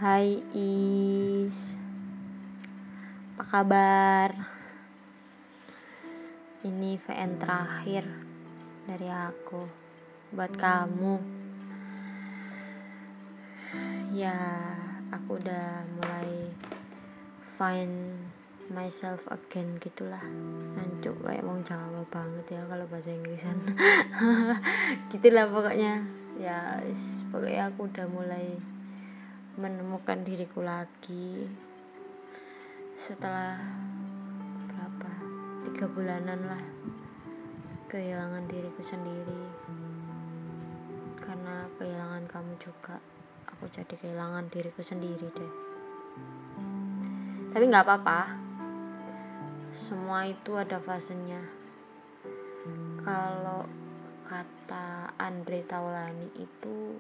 Hai Is, apa kabar? Ini VN terakhir dari aku buat kamu. Ya, aku udah mulai find myself again gitulah. Hancur kayak mau Jawa banget ya kalau bahasa Inggrisan. Gitulah pokoknya. Ya, pokoknya aku udah mulai menemukan diriku lagi setelah berapa 3 bulanan lah kehilangan diriku sendiri. Karena kehilangan kamu juga, aku jadi kehilangan diriku sendiri deh. Tapi gak apa-apa, semua itu ada fasenya. Kalau kata Andre Taulani itu,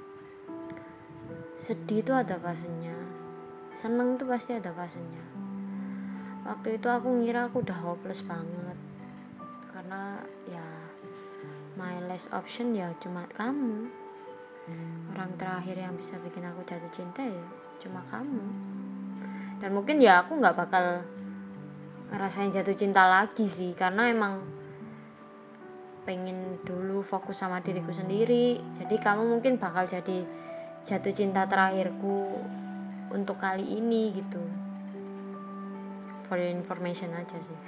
sedih itu ada fasenya, seneng itu pasti ada fasenya. Waktu itu aku ngira aku udah hopeless banget, karena ya my last option ya cuma kamu. Orang terakhir yang bisa bikin aku jatuh cinta ya cuma kamu. Dan mungkin ya aku gak bakal ngerasain jatuh cinta lagi sih, karena emang pengen dulu fokus sama diriku sendiri. Jadi kamu mungkin bakal jadi jatuh cinta terakhirku untuk kali ini gitu. For your information aja sih.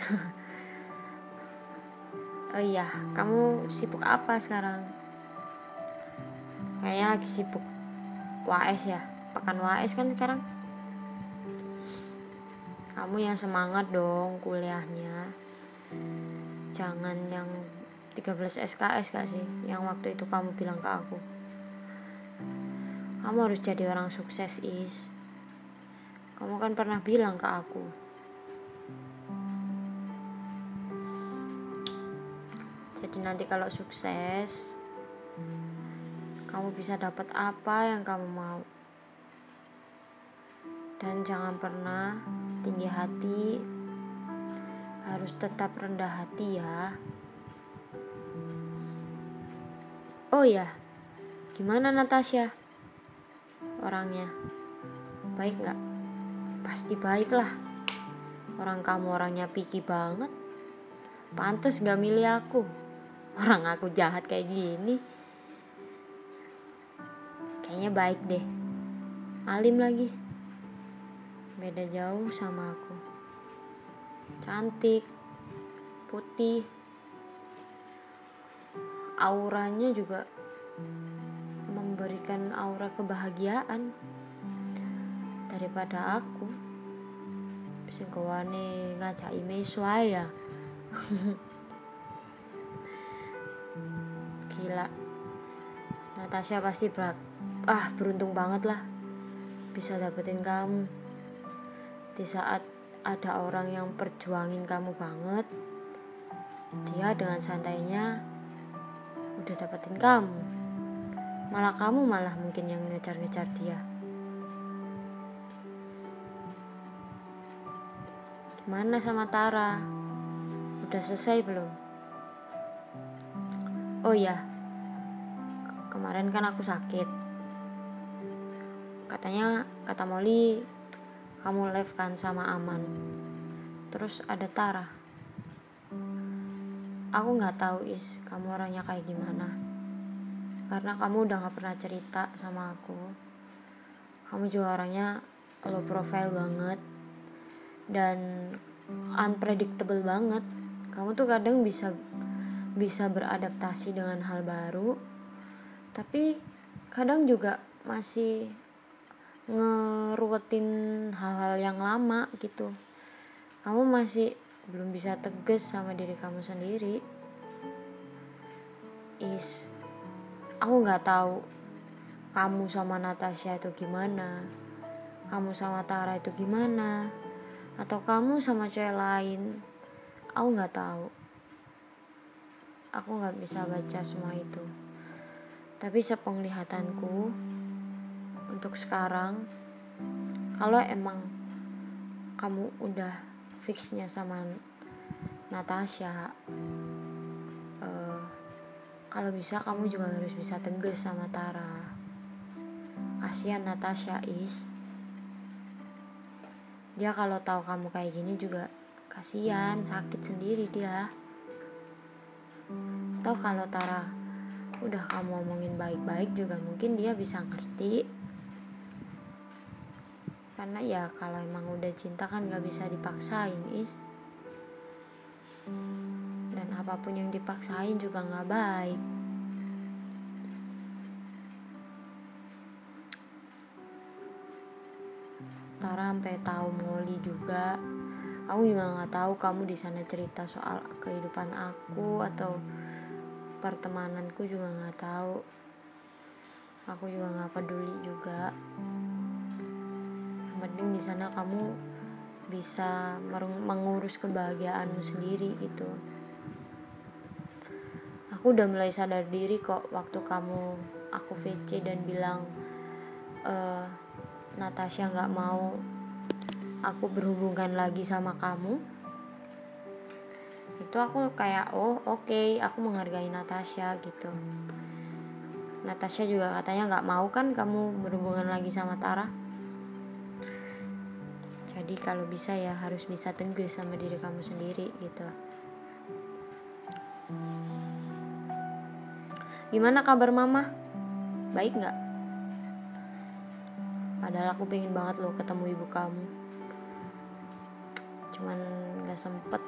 Oh iya, kamu sibuk apa sekarang? Kayaknya lagi sibuk UAS ya, pekan UAS kan sekarang. Kamu yang semangat dong kuliahnya. Jangan yang 13 SKS gak sih, yang waktu itu kamu bilang ke aku. Kamu harus jadi orang sukses, Is. Kamu kan pernah bilang ke aku. Jadi nanti kalau sukses, kamu bisa dapat apa yang kamu mau. Dan jangan pernah tinggi hati, harus tetap rendah hati ya. Oh ya, gimana Natasha? Orangnya baik gak? Pasti baik lah. Orang kamu orangnya picky banget. Pantes gak milih aku. Orang aku jahat kayak gini. Kayaknya baik deh. Alim lagi. Beda jauh sama aku. Cantik, putih, auranya juga memberikan aura kebahagiaan. Daripada aku sing gawane ngajaki meso ae ya. Gila. Natasha pasti beruntung banget lah bisa dapetin kamu. Di saat ada orang yang perjuangin kamu banget, dia dengan santainya udah dapetin kamu. Malah kamu mungkin yang ngejar-ngejar dia. Gimana sama Tara? Udah selesai belum? Oh iya, kemarin kan aku sakit. Kata Molly, kamu live kan sama Aman. Terus ada Tara. Aku gak tahu Is, kamu orangnya kayak gimana. Karena kamu udah gak pernah cerita sama aku. Kamu juga orangnya low profile banget dan unpredictable banget. Kamu tuh kadang bisa beradaptasi dengan hal baru, tapi kadang juga masih ngeruwetin hal-hal yang lama gitu. Kamu masih belum bisa tegas sama diri kamu sendiri. Is, aku gak tahu kamu sama Natasha itu gimana, kamu sama Tara itu gimana, atau kamu sama cewek lain. Aku gak tahu. Aku gak bisa baca semua itu. Tapi sepenglihatanku untuk sekarang, kalau emang kamu udah fixnya sama Natasha, kalau bisa kamu juga harus bisa tegas sama Tara. Kasihan Natasha Is. Dia kalau tahu kamu kayak gini juga kasihan, sakit sendiri dia. Atau kalau Tara udah kamu omongin baik-baik juga mungkin dia bisa ngerti. Karena ya kalau emang udah cinta kan gak bisa dipaksain, Is. Dan apapun yang dipaksain juga gak baik. Tara sampai tahu Molly juga. Aku juga nggak tahu kamu di sana cerita soal kehidupan aku atau pertemananku juga nggak tahu. Aku juga nggak peduli juga. Yang penting di sana kamu bisa mengurus kebahagiaanmu sendiri gitu. Aku udah mulai sadar diri kok waktu aku VC dan bilang Natasha nggak mau aku berhubungan lagi sama kamu. Itu aku kayak oke, aku menghargai Natasha gitu. Natasha juga katanya nggak mau kan kamu berhubungan lagi sama Tara. Jadi kalau bisa ya harus bisa tegas sama diri kamu sendiri gitu. Gimana kabar mama? Baik nggak? Padahal aku pengen banget loh ketemu ibu kamu. Cuman gak sempet.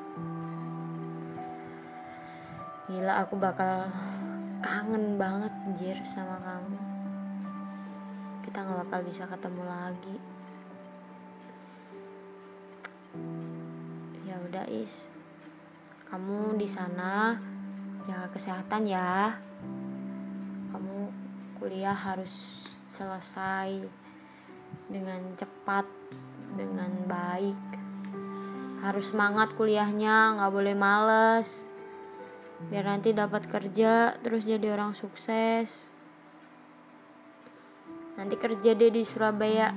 Gila, aku bakal kangen banget anjir sama kamu. Kita gak bakal bisa ketemu lagi. Ya udah Is, kamu di sana jaga kesehatan ya. Kamu kuliah harus selesai dengan cepat, dengan baik. Harus semangat kuliahnya, gak boleh males. Biar nanti dapat kerja, terus jadi orang sukses. Nanti kerja deh di Surabaya.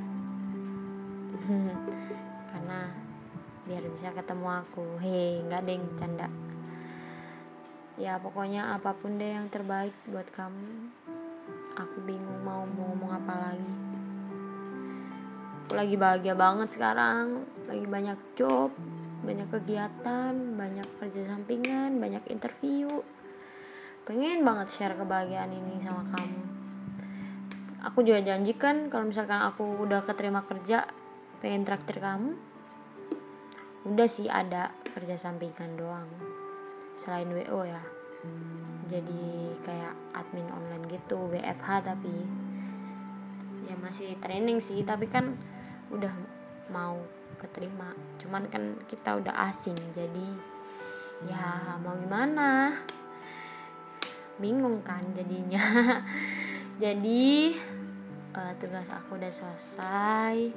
Karena biar bisa ketemu aku. Gak deng, canda. Ya pokoknya apapun deh yang terbaik buat kamu. Aku bingung mau ngomong apa lagi. Aku lagi bahagia banget sekarang. Lagi banyak job, banyak kegiatan, banyak kerja sampingan, banyak interview. Pengen banget share kebahagiaan ini sama kamu. Aku juga janji kan kalau misalkan aku udah keterima kerja, pengen traktir kamu. Udah sih ada kerja sampingan doang selain WO ya. Jadi kayak admin online gitu, WFH tapi ya masih training sih, tapi kan udah mau keterima. Cuman kan kita udah asing, jadi ya mau gimana, bingung kan jadinya. Jadi tugas aku udah selesai.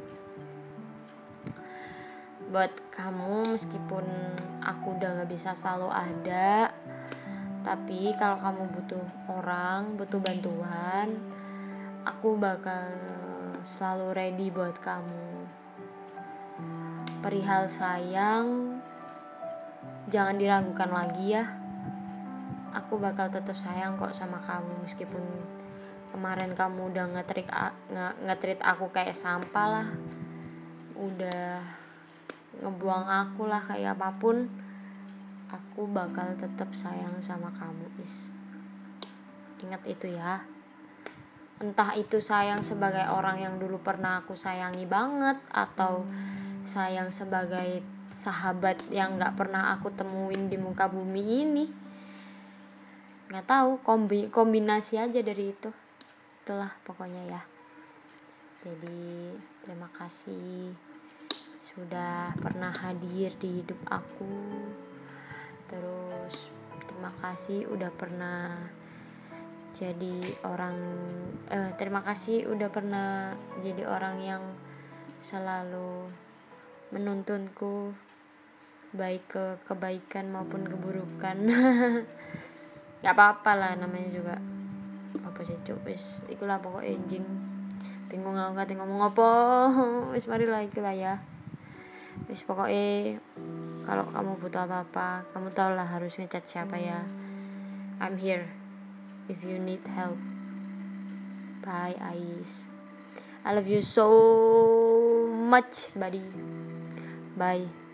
Buat kamu, meskipun aku udah gak bisa selalu ada, tapi kalau kamu butuh orang, butuh bantuan, aku bakal selalu ready buat kamu. Perihal sayang, jangan diragukan lagi ya. Aku bakal tetap sayang kok sama kamu, meskipun kemarin kamu udah nge-treat aku kayak sampah lah, udah ngebuang aku lah kayak apapun. Aku bakal tetap sayang sama kamu, Is. Ingat itu ya. Entah itu sayang sebagai orang yang dulu pernah aku sayangi banget, atau sayang sebagai sahabat yang gak pernah aku temuin di muka bumi ini. Gak tahu, kombinasi aja dari itu. Itulah pokoknya ya. Jadi terima kasih sudah pernah hadir di hidup aku. Terus terima kasih udah pernah jadi orang terima kasih udah pernah jadi orang yang selalu menuntunku, baik ke kebaikan maupun keburukan. Gak apa-apa lah, namanya juga apa sih cuk, wis ikulah pokoknya anjing. Bingung aku kate ngomong apa. Wis marilah ikulah ya. Wis pokoknya kalau kamu butuh apa-apa, kamu tahu lah harus ngechat siapa ya. I'm here if you need help. Bye Ais, I love you so much. much buddy. Bye.